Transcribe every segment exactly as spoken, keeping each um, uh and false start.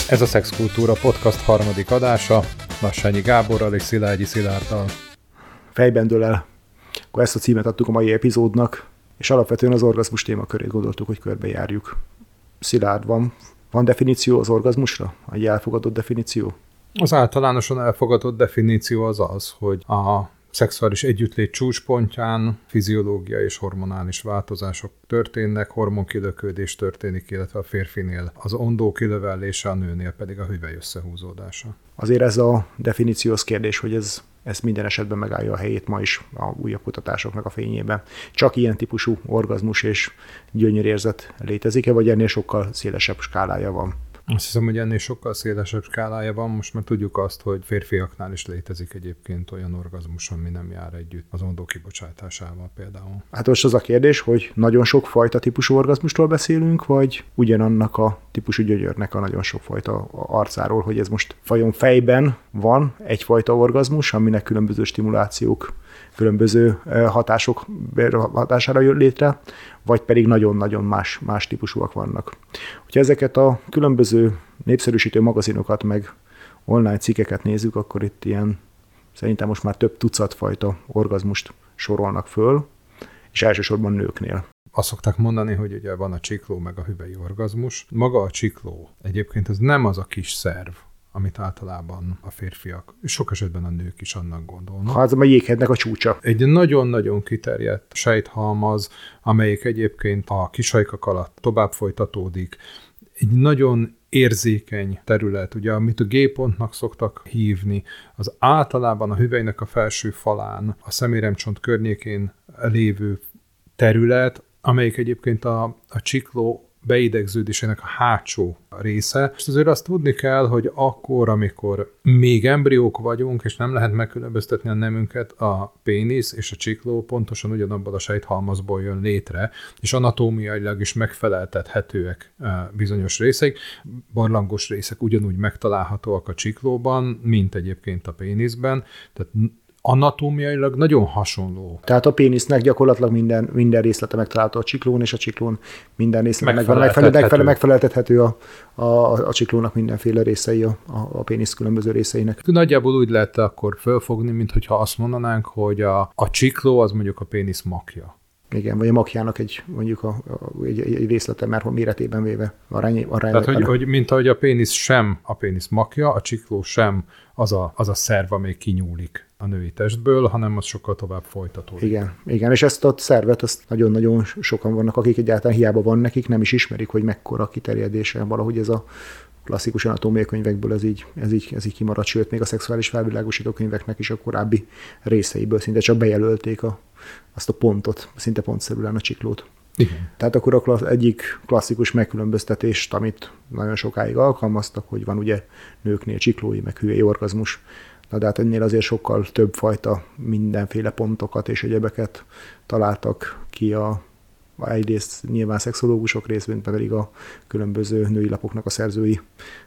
Ez a Szexkultúra podcast harmadik adása, Nassányi Gáborral és Szilágyi Szilárddal. Fejben dől el. Akkor ezt a címet adtuk a mai epizódnak, és alapvetően az orgazmus témakörét gondoltuk, hogy körbejárjuk. Szilárd, van, van definíció az orgazmusra? Egy elfogadott definíció? Az általánosan elfogadott definíció az az, hogy a szexuális együttlét csúcspontján fiziológiai és hormonális változások történnek, hormonkilöködés történik, illetve a férfinél az ondó kilövellése, a nőnél pedig a hüvely összehúzódása. Azért ez a definíciós kérdés, hogy ez, ez minden esetben megállja a helyét ma is a újabb kutatásoknak a fényében. Csak ilyen típusú orgazmus és gyönyörérzet létezik-e, vagy ennél sokkal szélesebb skálája van? Azt hiszem, hogy ennél sokkal szélesebb skálája van. Most már tudjuk azt, hogy férfiaknál is létezik egyébként olyan orgazmus, ami nem jár együtt az ondó kibocsátásával például. Hát most az a kérdés, hogy nagyon sok fajta típusú orgazmustról beszélünk, vagy ugyanannak a típusú gyönyörnek a nagyon sok fajta arcáról, hogy ez most vajon fejben van egyfajta orgazmus, aminek különböző stimulációk, különböző hatások hatására jön létre, vagy pedig nagyon-nagyon más, más típusúak vannak. Hogyha ezeket a különböző népszerűsítő magazinokat, meg online cikkeket nézzük, akkor itt ilyen szerintem most már több tucatfajta orgazmust sorolnak föl, és elsősorban nőknél. Azt szokták mondani, hogy ugye van a csikló meg a hüvelyi orgazmus. Maga a csikló egyébként ez nem az a kis szerv, amit általában a férfiak, és sok esetben a nők is annak gondolnak. Ha az a jéghegynek a csúcsa. Egy nagyon-nagyon kiterjedt sejthalmaz, amelyik egyébként a kisajkak alatt tovább folytatódik. Egy nagyon érzékeny terület, ugye, amit a G-pontnak szoktak hívni, az általában a hüvelynek a felső falán, a szeméremcsont környékén lévő terület, amelyik egyébként a, a csikló beidegződésének a hátsó része. És azért azt tudni kell, hogy akkor, amikor még embriók vagyunk, és nem lehet megkülönböztetni a nemünket, a pénisz és a csikló pontosan ugyanabban a sejthalmazból jön létre, és anatómiailag is megfeleltethetőek bizonyos részek. Barlangos részek ugyanúgy megtalálhatóak a csiklóban, mint egyébként a péniszben. Tehát anatómiailag nagyon hasonló. Tehát a pénisznek gyakorlatilag minden, minden részlete megtalálható a csiklón, és a csiklón minden részlete megfeleltethető, megfelel, megfeleltethető a, a, a csiklónak mindenféle részei, a, a pénisz különböző részeinek. Nagyjából úgy lehet akkor fölfogni, mintha azt mondanánk, hogy a, a csikló az mondjuk a pénisz makja. Igen, vagy a makjának egy, mondjuk a, a, egy, egy részlete, mert méretében véve arány, arány. Tehát, hogy, hogy mint ahogy a pénisz sem a pénisz makja, a csikló sem az a, az a szerv, amely kinyúlik a női testből, hanem az sokkal tovább folytatódik. Igen, igen, és ezt a szervet, azt nagyon-nagyon sokan vannak, akik egyáltalán hiába van nekik, nem is ismerik, hogy mekkora kiterjedése. Valahogy ez a klasszikus anatómiai könyvekből ez így, ez, így, ez így kimaradt, sőt, még a szexuális felvilágosító könyveknek is a korábbi részeiből szinte csak bejelölték a, azt a pontot, szinte pontszerűen a csiklót. Igen. Tehát akkor az egyik klasszikus megkülönböztetést, amit nagyon sokáig alkalmaztak, hogy van ugye nőknél csiklói, meg hüvelyi orgazmus, na de hát ennél azért sokkal több fajta mindenféle pontokat és egyebeket találtak ki a egyrészt nyilván szexológusok részben, pedig a különböző női lapoknak a szerzői,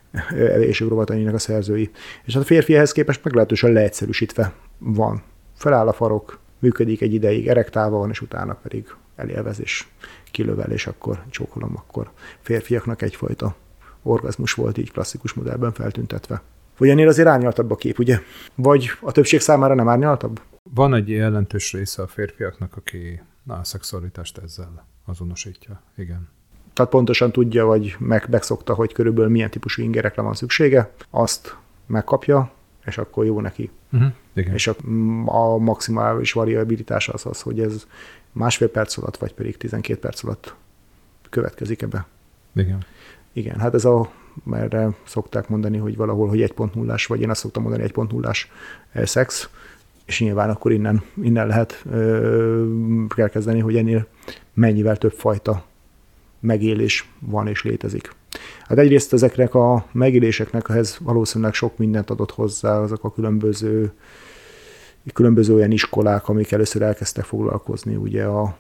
és rovatainak a szerzői. És hát a férfi ehhez képest meglehetősen leegyszerűsítve van. Feláll a farok, működik egy ideig, erektálva van, és utána pedig elélvezés, kilövel, és akkor csókolom, akkor férfiaknak egyfajta orgazmus volt így klasszikus modellben feltüntetve. Vagy ennél azért árnyaltabb a kép, ugye? Vagy a többség számára nem árnyaltabb? Van egy jelentős része a férfiaknak, aki na, a szexualitást ezzel azonosítja. Igen. Tehát pontosan tudja, vagy meg, megszokta, hogy körülbelül milyen típusú ingerekre van szüksége, azt megkapja, és akkor jó neki. Uh-huh. Igen. És a, a maximális variabilitás az az, hogy ez másfél perc alatt, vagy pedig tizenkét perc alatt következik ebbe. Igen. Igen, hát ez a, erre szokták mondani, hogy valahol, hogy egy pont nullás, vagy én azt szoktam mondani, egy pont nullás szex, és nyilván akkor innen, innen lehet ö, kell kezdeni, hogy ennél mennyivel több fajta megélés van és létezik. Hát egyrészt ezeknek a megéléseknek ehhez valószínűleg sok mindent adott hozzá, azok a különböző, különböző olyan iskolák, amik először elkezdtek foglalkozni ugye a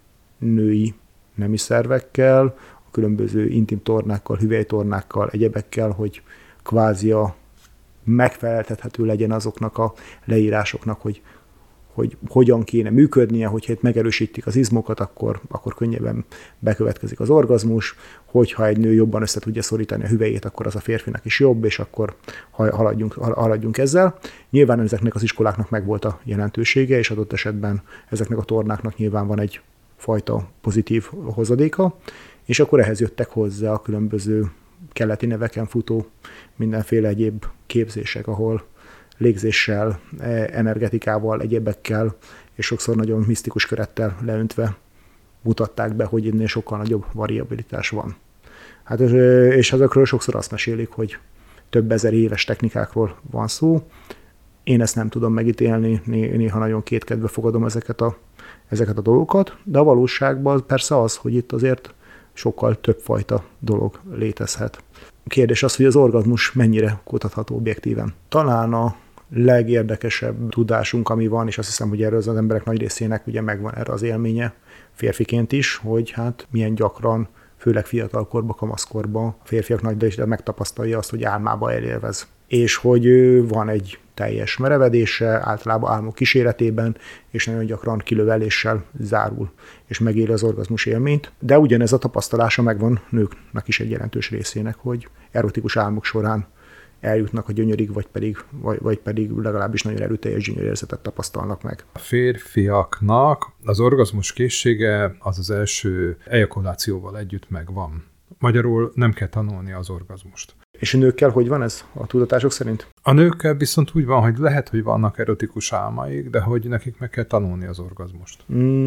női nemi szervekkel, a különböző intim tornákkal, hüvelytornákkal, egyebekkel, hogy kvázi a megfeleltethető legyen azoknak a leírásoknak, hogy hogy hogyan kéne működnie, hogyha itt megerősítik az izmokat, akkor, akkor könnyebben bekövetkezik az orgazmus, hogyha egy nő jobban össze tudja szorítani a hüvelyét, akkor az a férfinak is jobb, és akkor haladjunk, haladjunk ezzel. Nyilván ezeknek az iskoláknak megvolt a jelentősége, és adott esetben ezeknek a tornáknak nyilván van egy fajta pozitív hozadéka, és akkor ehhez jöttek hozzá a különböző keleti neveken futó mindenféle egyéb képzések, ahol légzéssel, energetikával, egyébekkel, és sokszor nagyon misztikus kerettel leöntve mutatták be, hogy ennél sokkal nagyobb variabilitás van. Hát, és ezekről sokszor azt mesélik, hogy több ezer éves technikákról van szó. Én ezt nem tudom megítélni, néha nagyon kétkedve fogadom ezeket a, ezeket a dolgokat, de a valóságban persze az, hogy itt azért sokkal többfajta dolog létezhet. Kérdés az, hogy az orgazmus mennyire kutatható objektíven. Talán a legérdekesebb tudásunk, ami van, és azt hiszem, hogy erről az emberek nagy részének ugye megvan erre az élménye férfiként is, hogy hát milyen gyakran, főleg fiatalkorban, kamaszkorban a férfiak nagy részt megtapasztalja azt, hogy álmába elélvez. És hogy van egy teljes merevedése, általában álmok kíséretében, és nagyon gyakran kilöveléssel zárul, és megéli az orgazmus élményt. De ugyanez a tapasztalása megvan nőknek is egy jelentős részének, hogy erotikus álmok során eljutnak a gyönyörig, vagy pedig, vagy, vagy pedig legalábbis nagyon erőteljes gyönyörérzetet tapasztalnak meg. A férfiaknak az orgazmus készsége az az első ejakulációval együtt megvan. Magyarul nem kell tanulni az orgazmust. És a nőkkel hogy van ez a tudatások szerint? A nőkkel viszont úgy van, hogy lehet, hogy vannak erotikus álmaik, de hogy nekik meg kell tanulni az orgazmust.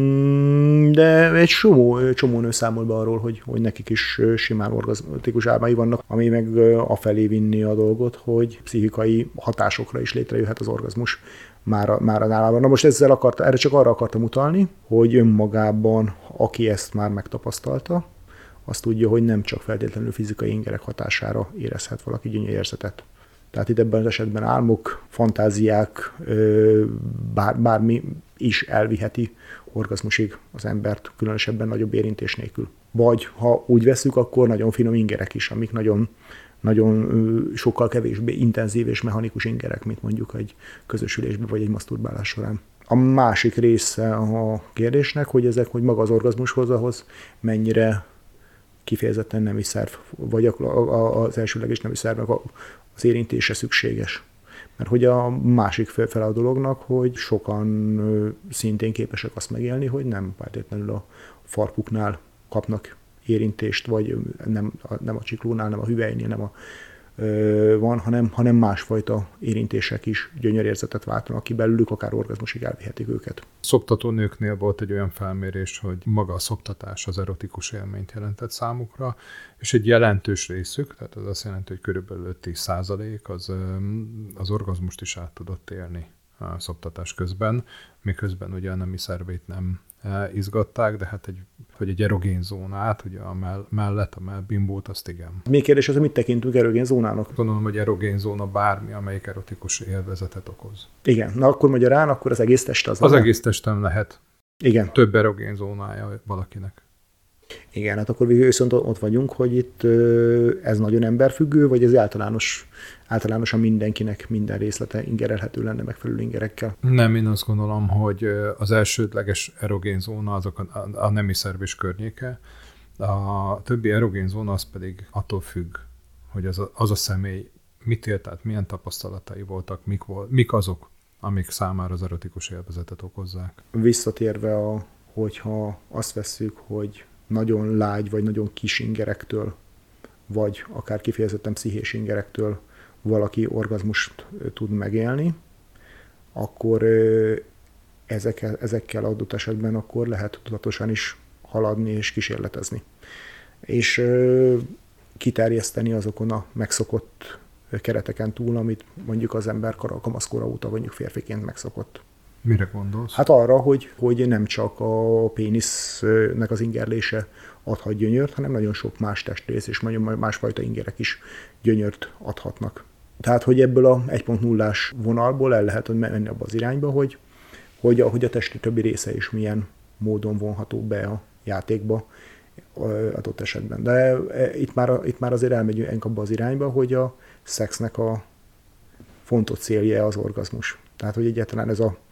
Mm, de egy csomó, csomó nő számol be arról, hogy, hogy nekik is simán orgazmatikus álmai vannak, ami meg afelé vinni a dolgot, hogy pszichikai hatásokra is létrejöhet az orgazmus már, már az állában. Na most ezzel akarta, erre csak arra akartam utalni, hogy önmagában, aki ezt már megtapasztalta, azt tudja, hogy nem csak feltétlenül fizikai ingerek hatására érezhet valaki gyönyörérzetet. Tehát itt ebben az esetben álmok, fantáziák, bár, bármi is elviheti orgazmusig az embert, különösebben nagyobb érintés nélkül. Vagy ha úgy veszük, akkor nagyon finom ingerek is, amik nagyon, nagyon sokkal kevésbé intenzív és mechanikus ingerek, mint mondjuk egy közösülésben vagy egy maszturbálás során. A másik része a kérdésnek, hogy ezek, hogy maga az orgazmushoz, ahhoz mennyire kifejezetten nemi szerv, vagy az elsőleges nemi szervnek az érintése szükséges. Mert hogy a másik fele a dolognak, hogy sokan szintén képesek azt megélni, hogy nem feltétlenül a farkuknál kapnak érintést, vagy nem, nem a csiklónál, nem a hüvelynél, nem a, ö, van, hanem, hanem másfajta érintések is gyönyörérzetet váltanak ki belőlük, akár orgazmusig elvihetik őket. Szoptató nőknél volt egy olyan felmérés, hogy maga a szoptatás az erotikus élményt jelentett számukra, és egy jelentős részük, tehát az azt jelenti, hogy körülbelül tíz százalék az, az orgazmust is át tudott élni a szoptatás közben, miközben ugye a nemi szervét nem izgatták, de hát egy, vagy egy erogén zónát, ugye a mell- mellett, a mellbimbót, azt igen. Mi kérdés az, hogy mit tekintünk erogén zónának? Gondolom, hogy erogén zóna bármi, amelyik erotikus élvezetet okoz. Igen, na akkor magyarán, akkor az egész test az. Az nem? Egész testem lehet. Igen. Több erogén zónája valakinek. Igen, hát akkor viszont ott vagyunk, hogy itt ez nagyon emberfüggő, vagy ez általános, általánosan mindenkinek minden részlete ingerelhető lenne megfelelő ingerekkel? Nem, én azt gondolom, hogy az elsődleges erogén zóna azok a, a nemi szerv és környéke. A többi erogén zóna az pedig attól függ, hogy az a, az a személy mit élt, tehát milyen tapasztalatai voltak, mik, volt, mik azok, amik számára az erotikus élvezetet okozzák. Visszatérve, a, hogyha azt vesszük, hogy nagyon lágy, vagy nagyon kis ingerektől, vagy akár kifejezetten pszichés ingerektől valaki orgazmust tud megélni, akkor ezekkel, ezekkel adott esetben akkor lehet tudatosan is haladni és kísérletezni. És kiterjeszteni azokon a megszokott kereteken túl, amit mondjuk az ember kamaszkora óta mondjuk férfiként megszokott. Mire gondolsz? Hát arra, hogy, hogy nem csak a pénisznek az ingerlése adhat gyönyört, hanem nagyon sok más testrész és másfajta ingerek is gyönyört adhatnak. Tehát, hogy ebből a egy pont nullás vonalból el lehet menni abba az irányba, hogy, hogy, hogy a testi többi része is milyen módon vonható be a játékba adott esetben. De itt már, itt már azért elmegyünk abba az irányba, hogy a szexnek a fontos célja az orgazmus. Tehát, hogy egyáltalán ez a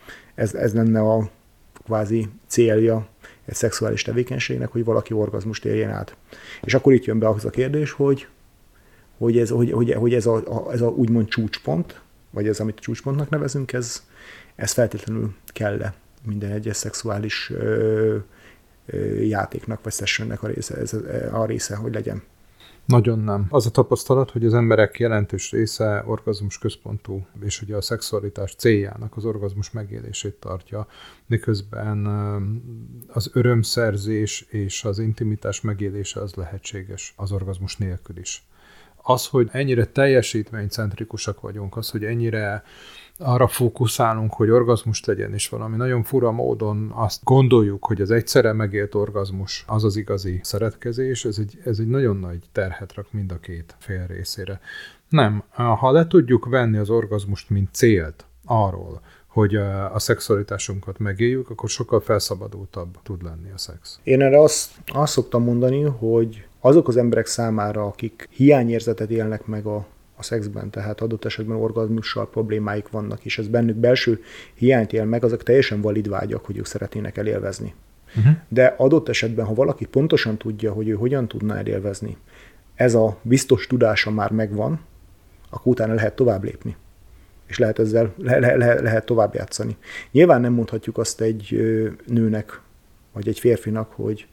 ez, ez lenne a kvázi célja egy szexuális tevékenységnek, hogy valaki orgazmust érjen át. És akkor itt jön be az a kérdés, hogy, hogy, ez, hogy, hogy, hogy ez, a, a, ez a úgymond csúcspont, vagy ez, amit csúcspontnak nevezünk, ez, ez feltétlenül kell-e minden egyes szexuális ö, ö, játéknak, vagy sessionnek a része, ez a, a része, hogy legyen. Nagyon nem. Az a tapasztalat, hogy az emberek jelentős része orgazmus központú, és ugye a szexualitás céljának az orgazmus megélését tartja, miközben az örömszerzés és az intimitás megélése az lehetséges az orgazmus nélkül is. Az, hogy ennyire teljesítménycentrikusak vagyunk, az, hogy ennyire arra fókuszálunk, hogy orgazmus legyen, és valami nagyon fura módon azt gondoljuk, hogy az egyszerre megélt orgazmus az az igazi szeretkezés, ez egy, ez egy nagyon nagy terhet rak mind a két fél részére. Nem, ha le tudjuk venni az orgazmust, mint célt arról, hogy a szexualitásunkat megéljük, akkor sokkal felszabadultabb tud lenni a szex. Én erre azt, azt szoktam mondani, hogy azok az emberek számára, akik hiányérzetet élnek meg a a szexben, tehát adott esetben orgazmussal problémáik vannak, és ez bennük belső hiányt él meg, azok teljesen valid vágyak, hogy ők szeretnének elélvezni. Uh-huh. De adott esetben, ha valaki pontosan tudja, hogy ő hogyan tudna elélvezni, ez a biztos tudása már megvan, akkor utána lehet tovább lépni. És lehet ezzel le, le, le, lehet tovább játszani. Nyilván nem mondhatjuk azt egy nőnek, vagy egy férfinak, hogy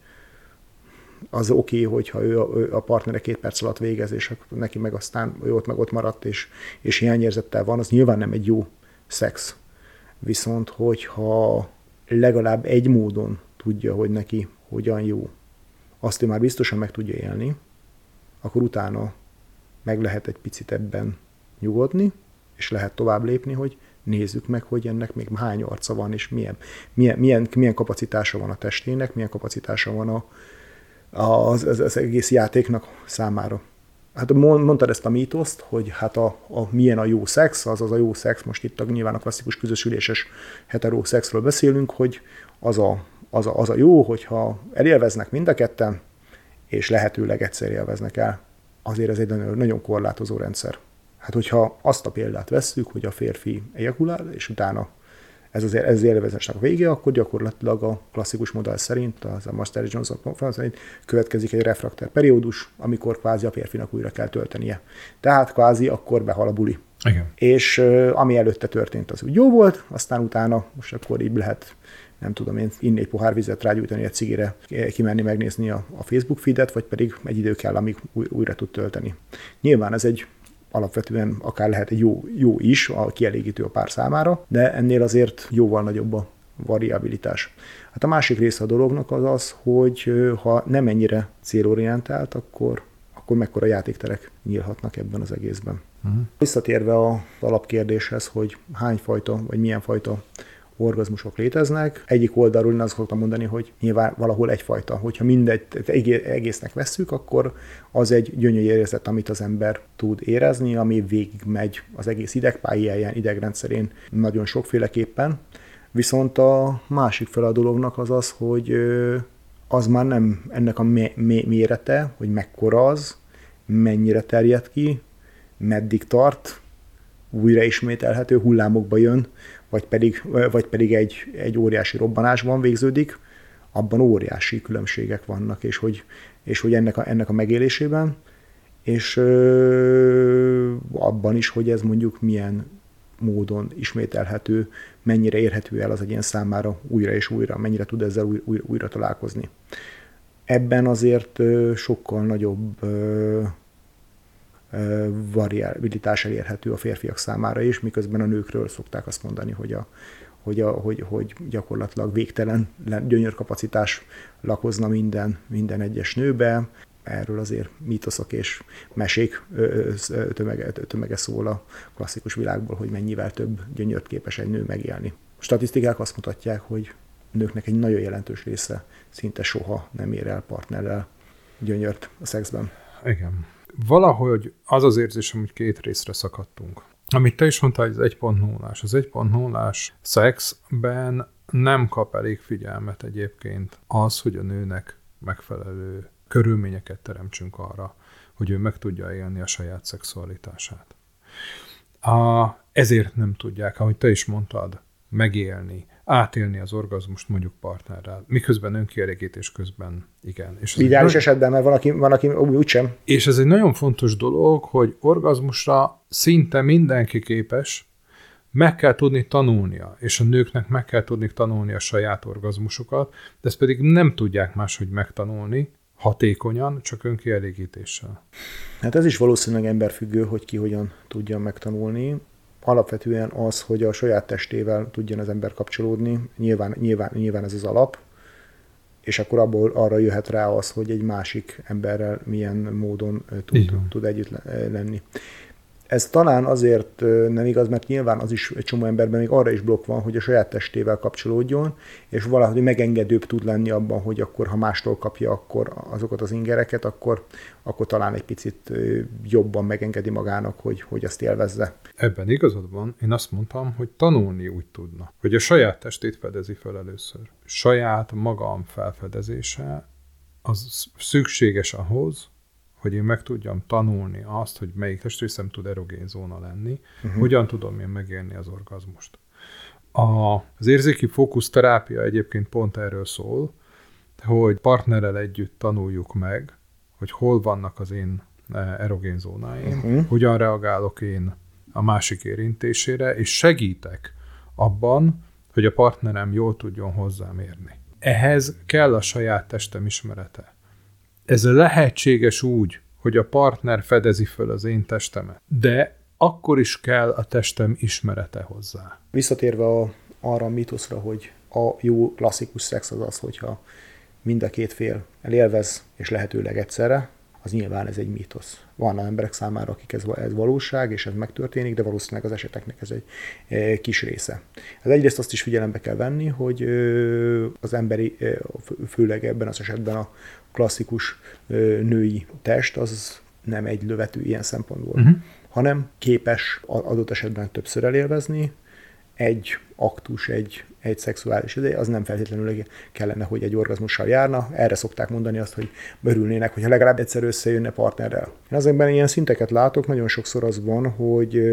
az oké, okay, hogyha ő a, ő a partnere két perc alatt végez, és neki meg aztán ő ott meg ott maradt, és, és hiányérzettel van, az nyilván nem egy jó szex. Viszont, hogyha legalább egy módon tudja, hogy neki hogyan jó, azt ő már biztosan meg tudja élni, akkor utána meg lehet egy picit ebben nyugodni, és lehet tovább lépni, hogy nézzük meg, hogy ennek még hány arca van, és milyen, milyen, milyen, milyen kapacitása van a testének, milyen kapacitása van a Az, az, az egész játéknak számára. Hát mondtad ezt a mítoszt, hogy hát a, a milyen a jó szex, az az a jó szex, most itt a, nyilván a klasszikus közösüléses hetero szexről beszélünk, hogy az a, az, a, az a jó, hogyha elélveznek mind a ketten, és lehetőleg egyszer élveznek el. Azért ez egy nagyon korlátozó rendszer. Hát hogyha azt a példát vesszük, hogy a férfi ejakulál, és utána ez az, ez az élvezésnek vége, akkor gyakorlatilag a klasszikus modell szerint, az a Master Johnson szerint következik egy refrakter periódus, amikor kvázi a férfinak újra kell töltenie. Tehát kvázi akkor behal a buli. Igen. És uh, ami előtte történt, az úgy jó volt, aztán utána most akkor így lehet, nem tudom én, inni egy pohár vizet, rágyújtani egy cigire, kimenni megnézni a, a Facebook feedet, vagy pedig egy idő kell, amíg új, újra tud tölteni. Nyilván ez egy alapvetően akár lehet egy jó, jó is, a kielégítő a pár számára, de ennél azért jóval nagyobb a variabilitás. Hát a másik része a dolognak az az, hogy ha nem ennyire célorientált, akkor, akkor mekkora játékterek nyílhatnak ebben az egészben. Uh-huh. Visszatérve az alapkérdéshez, hogy hány fajta, vagy milyen fajta orgazmusok léteznek. Egyik oldalról én azt szoktam mondani, hogy nyilván valahol egyfajta. Hogyha mindegy egésznek vesszük, akkor az egy gyönyörű érzet, amit az ember tud érezni, ami végigmegy az egész idegpályáján, idegrendszerén nagyon sokféleképpen. Viszont a másik fel a dolognak az az, hogy az már nem ennek a mérete, hogy mekkora az, mennyire terjed ki, meddig tart, újra ismételhető, hullámokba jön, vagy pedig, vagy pedig egy, egy óriási robbanásban végződik, abban óriási különbségek vannak, és hogy, és hogy ennek, a, ennek a megélésében, és ö, abban is, hogy ez mondjuk milyen módon ismételhető, mennyire érhető el az egyén számára újra és újra, mennyire tud ezzel új, új, újra találkozni. Ebben azért ö, sokkal nagyobb ö, variabilitás elérhető a férfiak számára is, miközben a nőkről szokták azt mondani, hogy, a, hogy, a, hogy, hogy gyakorlatilag végtelen gyönyörkapacitás lakozna minden, minden egyes nőbe. Erről azért mítoszok és mesék tömege, tömege szól a klasszikus világból, hogy mennyivel több gyönyört képes egy nő megélni. A statisztikák azt mutatják, hogy a nőknek egy nagyon jelentős része szinte soha nem ér el partnerrel gyönyört a szexben. Igen. Valahogy az az érzésem, hogy két részre szakadtunk. Amit te is mondtál, hogy az egy pont nullás. Az egy pont nullás szexben nem kap elég figyelmet egyébként az, hogy a nőnek megfelelő körülményeket teremtsünk arra, hogy ő meg tudja élni a saját szexualitását. A, ezért nem tudják, ahogy te is mondtad, megélni, átélni az orgazmust mondjuk partnerrel, miközben önkielégítés közben igen. És ideális esetben, mert van, aki, van, aki úgysem. És ez egy nagyon fontos dolog, hogy orgazmusra szinte mindenki képes, meg kell tudni tanulnia, és a nőknek meg kell tudni tanulni a saját orgazmusokat, de ezt pedig nem tudják máshogy megtanulni, hatékonyan, csak önkielégítéssel. Hát ez is valószínűleg emberfüggő, hogy ki hogyan tudja megtanulni. Alapvetően az, hogy a saját testével tudjon az ember kapcsolódni, nyilván, nyilván, nyilván ez az alap, és akkor abból arra jöhet rá az, hogy egy másik emberrel milyen módon tud, tud együtt lenni. Ez talán azért nem igaz, mert nyilván az is egy csomó emberben még arra is blokk van, hogy a saját testével kapcsolódjon, és valahogy megengedőbb tud lenni abban, hogy akkor, ha mástól kapja akkor azokat az ingereket, akkor, akkor talán egy picit jobban megengedi magának, hogy, hogy azt élvezze. Ebben igazad van, én azt mondtam, hogy tanulni úgy tudna, hogy a saját testét fedezi fel először. Saját magam felfedezése az szükséges ahhoz, hogy én meg tudjam tanulni azt, hogy melyik testrészem tud erogén zóna lenni, uh-huh. hogyan tudom én megélni az orgazmust. A, az érzéki fókuszterápia egyébként pont erről szól, hogy partnerrel együtt tanuljuk meg, hogy hol vannak az én erogén zónáim, uh-huh. hogyan reagálok én a másik érintésére, és segítek abban, hogy a partnerem jól tudjon hozzám érni. Ehhez kell a saját testem ismerete. Ez lehetséges úgy, hogy a partner fedezi föl az én testemet, de akkor is kell a testem ismerete hozzá. Visszatérve a, arra a mítoszra, hogy a jó klasszikus szex az az, hogyha mind a két fél elélvez, és lehetőleg egyszerre, az nyilván ez egy mítosz. Van emberek számára, akik ez, ez valóság, és ez megtörténik, de valószínűleg az eseteknek ez egy e, kis része. Ez egyrészt azt is figyelembe kell venni, hogy ö, az emberi, ö, főleg ebben az esetben a klasszikus ö, női test, az nem egy lövető ilyen szempontból, uh-huh. hanem képes adott esetben többször elélvezni, egy aktus, egy, egy szexuális ide, az nem feltétlenül kellene, hogy egy orgazmussal járna. Erre szokták mondani azt, hogy örülnének, hogyha legalább egyszer összejönne partnerrel. Én azonban ilyen szinteket látok, nagyon sokszor az van, hogy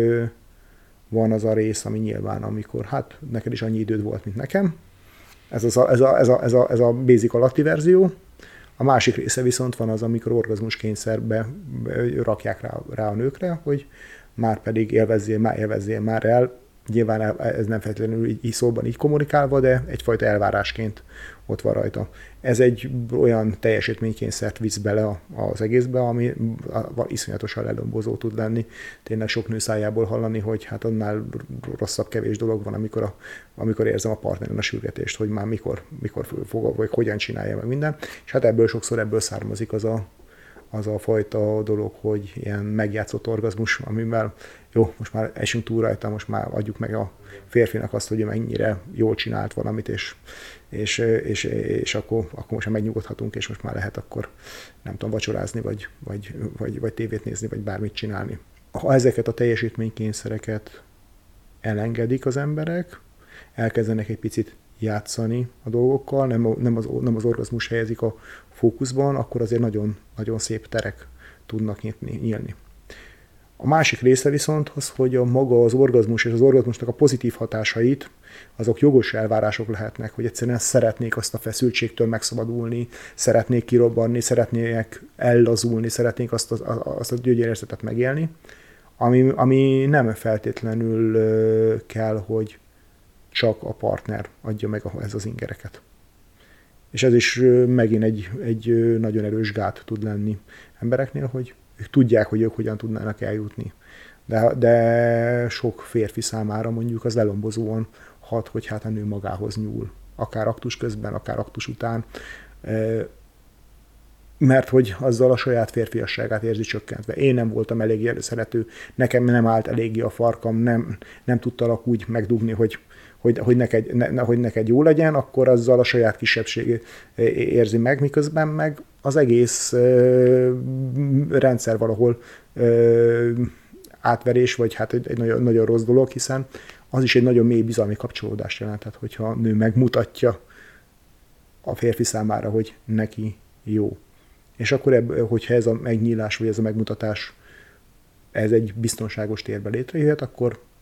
van az a rész, ami nyilván, amikor hát neked is annyi időd volt, mint nekem. Ez, az a, ez, a, ez, a, ez, a, ez a basic alatti verzió. A másik része viszont van az, amikor orgazmus kényszerbe rakják rá, rá a nőkre, hogy már pedig élvezzél, már élvezzél már el. Nyilván ez nem feltétlenül így szóban így kommunikálva, de egyfajta elvárásként ott van rajta. Ez egy olyan teljesítménykényszert visz bele az egészbe, ami iszonyatosan lelombozó tud lenni. Tényleg sok nő szájából hallani, hogy hát annál rosszabb kevés dolog van, amikor, a, amikor érzem a partneren a sürgetést, hogy már mikor, mikor fog, vagy hogyan csinálja meg minden. És hát ebből sokszor ebből származik az a az a fajta dolog, hogy ilyen megjátszott orgazmus, amivel jó, most már esünk túl rajta, most már adjuk meg a férfinak azt, hogy ő mennyire jól csinált valamit, és, és, és, és akkor, akkor most már megnyugodhatunk, és most már lehet akkor, nem tudom, vacsorázni, vagy, vagy, vagy, vagy tévét nézni, vagy bármit csinálni. Ha ezeket a teljesítménykényszereket elengedik az emberek, elkezdenek egy picit játszani a dolgokkal, nem, nem, az, nem az orgazmus helyezik a fókuszban, akkor azért nagyon, nagyon szép terek tudnak nyitni, nyílni. A másik része viszont az, hogy a maga az orgazmus és az orgazmusnak a pozitív hatásait, azok jogos elvárások lehetnek, hogy egyszerűen szeretnék azt a feszültségtől megszabadulni, szeretnék kirobbanni, szeretnék ellazulni, szeretnék azt a, azt a gyönyörérzetet megélni, ami, ami nem feltétlenül kell, hogy csak a partner adja meg ez az ingereket. És ez is megint egy, egy nagyon erős gát tud lenni embereknél, hogy ők tudják, hogy ők hogyan tudnának eljutni. De, de sok férfi számára mondjuk az lelombozóan hat, hogy hát a nő magához nyúl. Akár aktus közben, akár aktus után. Mert hogy azzal a saját férfiasságát érzi csökkentve. Én nem voltam elég szerető, nekem nem állt eléggé a farkam, nem, nem tudtalak úgy megdugni, hogy hogy, hogy, neked, ne, hogy neked jó legyen, akkor azzal a saját kisebbségét érzi meg, miközben meg az egész ö, rendszer valahol ö, átverés, vagy hát egy, egy nagyon, nagyon rossz dolog, hiszen az is egy nagyon mély bizalmi kapcsolódást jelent, tehát hogyha a nő megmutatja a férfi számára, hogy neki jó. És akkor, ebb, hogyha ez a megnyílás, vagy ez a megmutatás, ez egy biztonságos térbe létrejöhet, akkor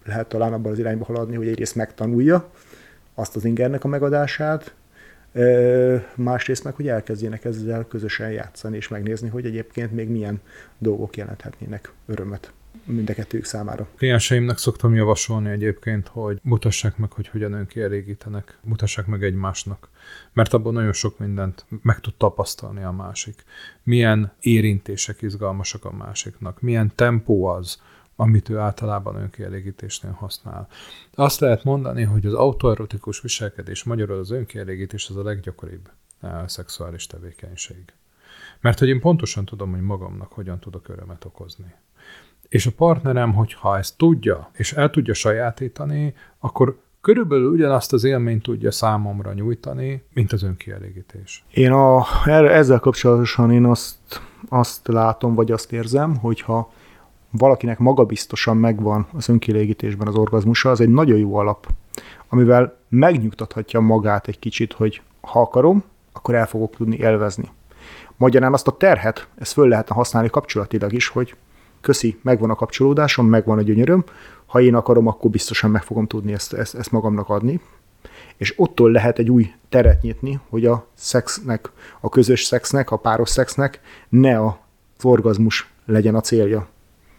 lehet talán abban az irányba haladni, hogy egyrészt megtanulja azt az ingernek a megadását, másrészt meg, hogy elkezdjenek ezzel közösen játszani, és megnézni, hogy egyébként még milyen dolgok jelenthetnének örömet mind a kettőjük számára. Klienseimnek szoktam javasolni egyébként, hogy mutassák meg, hogy hogyan önkielégítenek, mutassák meg egymásnak, mert abban nagyon sok mindent meg tud tapasztalni a másik. Milyen érintések izgalmasak a másiknak, milyen tempó az, amit ő általában önkielégítésnél használ. Azt lehet mondani, hogy az autoerotikus viselkedés, magyarul az önkielégítés az a leggyakoribb a szexuális tevékenység. Mert hogy én pontosan tudom, hogy magamnak hogyan tudok örömet okozni. És a partnerem, hogyha ezt tudja, és el tudja sajátítani, akkor körülbelül ugyanazt az élményt tudja számomra nyújtani, mint az önkielégítés. Én a, ezzel kapcsolatosan én azt, azt látom, vagy azt érzem, hogyha valakinek magabiztosan megvan az önkielégítésben az orgazmusa, az egy nagyon jó alap, amivel megnyugtathatja magát egy kicsit, hogy ha akarom, akkor el fogok tudni élvezni. Magyarán azt a terhet, ezt föl lehetne használni kapcsolatilag is, hogy köszi, megvan a kapcsolódásom, megvan a gyönyöröm, ha én akarom, akkor biztosan meg fogom tudni ezt, ezt, ezt magamnak adni. És ottól lehet egy új teret nyitni, hogy a szexnek, a közös szexnek, a páros szexnek ne az orgazmus legyen a célja.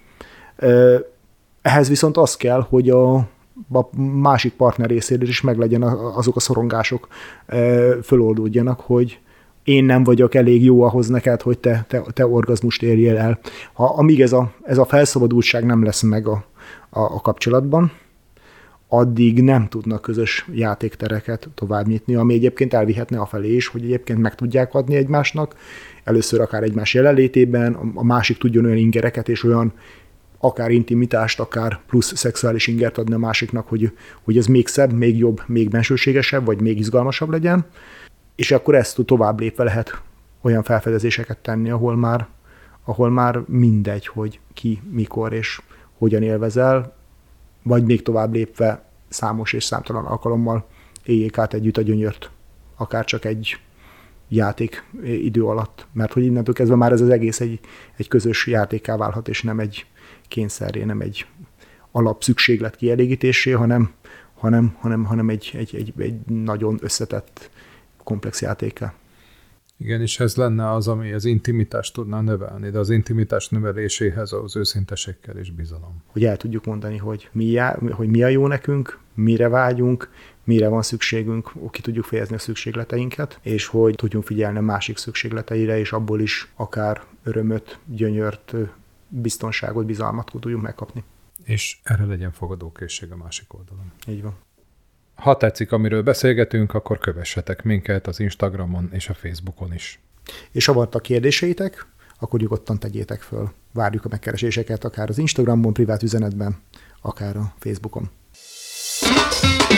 Ehhez viszont az kell, hogy a, a másik partner részéről is meglegyen azok a szorongások, föloldódjanak, hogy én nem vagyok elég jó ahhoz neked, hogy te, te, te orgazmust érjél el. Ha, amíg ez a, ez a felszabadultság nem lesz meg a, a, a kapcsolatban, addig nem tudnak közös játéktereket tovább nyitni, ami egyébként elvihetne afelé is, hogy egyébként meg tudják adni egymásnak, először akár egymás jelenlétében, a másik tudjon olyan ingereket és olyan akár intimitást, akár plusz szexuális ingert adni a másiknak, hogy, hogy ez még szebb, még jobb, még bensőségesebb, vagy még izgalmasabb legyen, és akkor ezt tovább lépve lehet olyan felfedezéseket tenni, ahol már, ahol már mindegy, hogy ki, mikor és hogyan élvezel, vagy még tovább lépve számos és számtalan alkalommal éljék át együtt a gyönyört, akár csak egy játék idő alatt. Mert hogy innentől kezdve már ez az egész egy, egy közös játékká válhat, és nem egy kényszerré, nem egy alapszükséglet kielégítésé, hanem, hanem, hanem, hanem egy, egy, egy, egy nagyon összetett, komplex játékká. Igen, és ez lenne az, ami az intimitást tudná növelni, de az intimitás növeléséhez az őszinteségkel és bizalom. Hogy el tudjuk mondani, hogy mi, já, hogy mi a jó nekünk, mire vágyunk, mire van szükségünk, ki tudjuk fejezni a szükségleteinket, és hogy tudjunk figyelni a másik szükségleteire, és abból is akár örömöt, gyönyört, biztonságot, bizalmat tudjunk megkapni. És erre legyen fogadókészség a másik oldalon. Így van. Ha tetszik, amiről beszélgetünk, akkor kövessetek minket az Instagramon és a Facebookon is. És ha vannak kérdéseitek, akkor nyugodtan tegyétek föl. Várjuk a megkereséseket akár az Instagramon, privát üzenetben, akár a Facebookon.